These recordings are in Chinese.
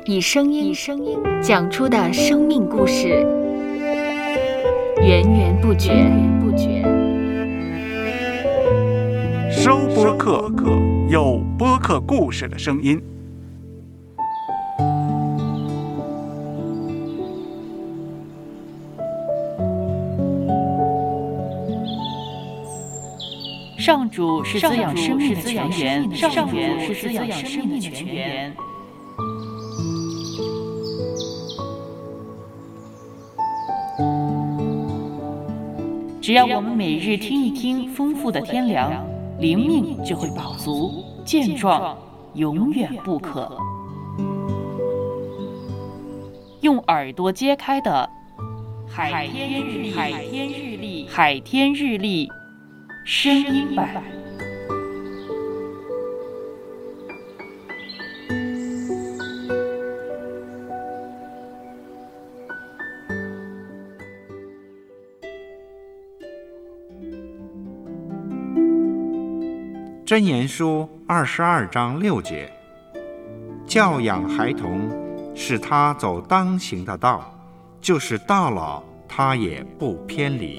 以声音讲出的生命故事，源源不绝。 收播客，有播客故事的声音。 上主是滋养生命的泉源，上主是滋养生命的泉源。只要我们每日听一听丰富的天粮，灵命就会饱足健壮，永远不渴。用耳朵揭开的海天日历声音版。 箴言书22章6节，教养孩童，使他走当行的道，就是到老他也不偏离。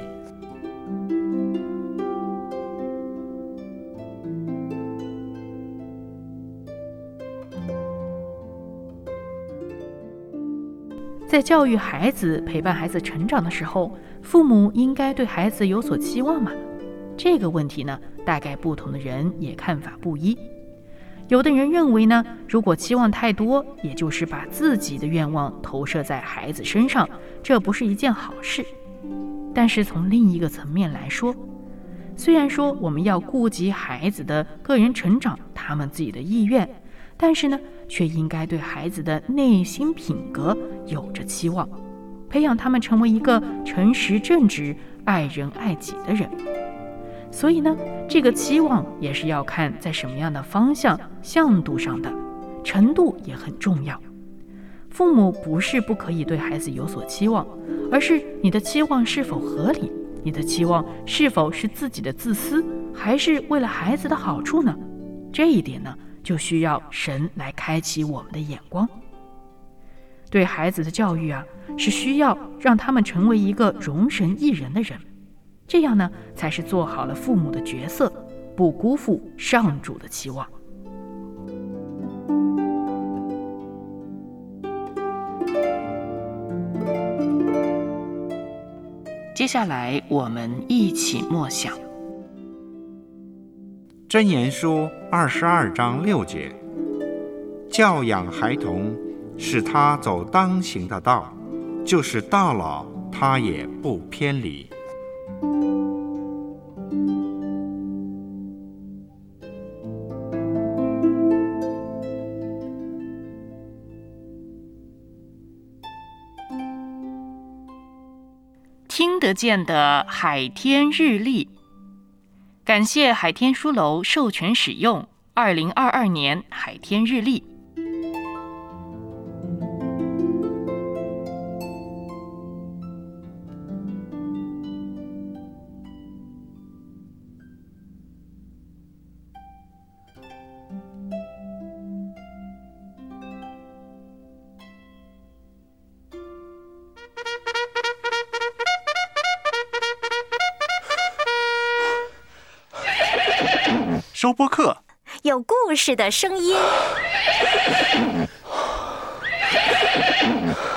在教育孩子、陪伴孩子成长的时候，父母应该对孩子有所期望吗？这个问题呢，大概不同的人也看法不一。有的人认为呢，如果期望太多，也就是把自己的愿望投射在孩子身上，这不是一件好事。但是从另一个层面来说，虽然说我们要顾及孩子的个人成长，他们自己的意愿，但是呢，却应该对孩子的内心品格有着期望，培养他们成为一个诚实正直、爱人爱己的人。所以呢，这个期望也是要看在什么样的方向、向度上的，程度也很重要。父母不是不可以对孩子有所期望，而是你的期望是否合理，你的期望是否是自己的自私，还是为了孩子的好处呢？这一点呢，就需要神来开启我们的眼光。对孩子的教育啊，是需要让他们成为一个容神益人的人，这样呢，才是做好了父母的角色，不辜负上主的期望。接下来我们一起默想箴言书22章6节，教养孩童，使他走当行的道，就是到老他也不偏离。 听得见的海天日历，感谢海天书楼授权使用2022年海天日历。 收播客， 有故事的声音。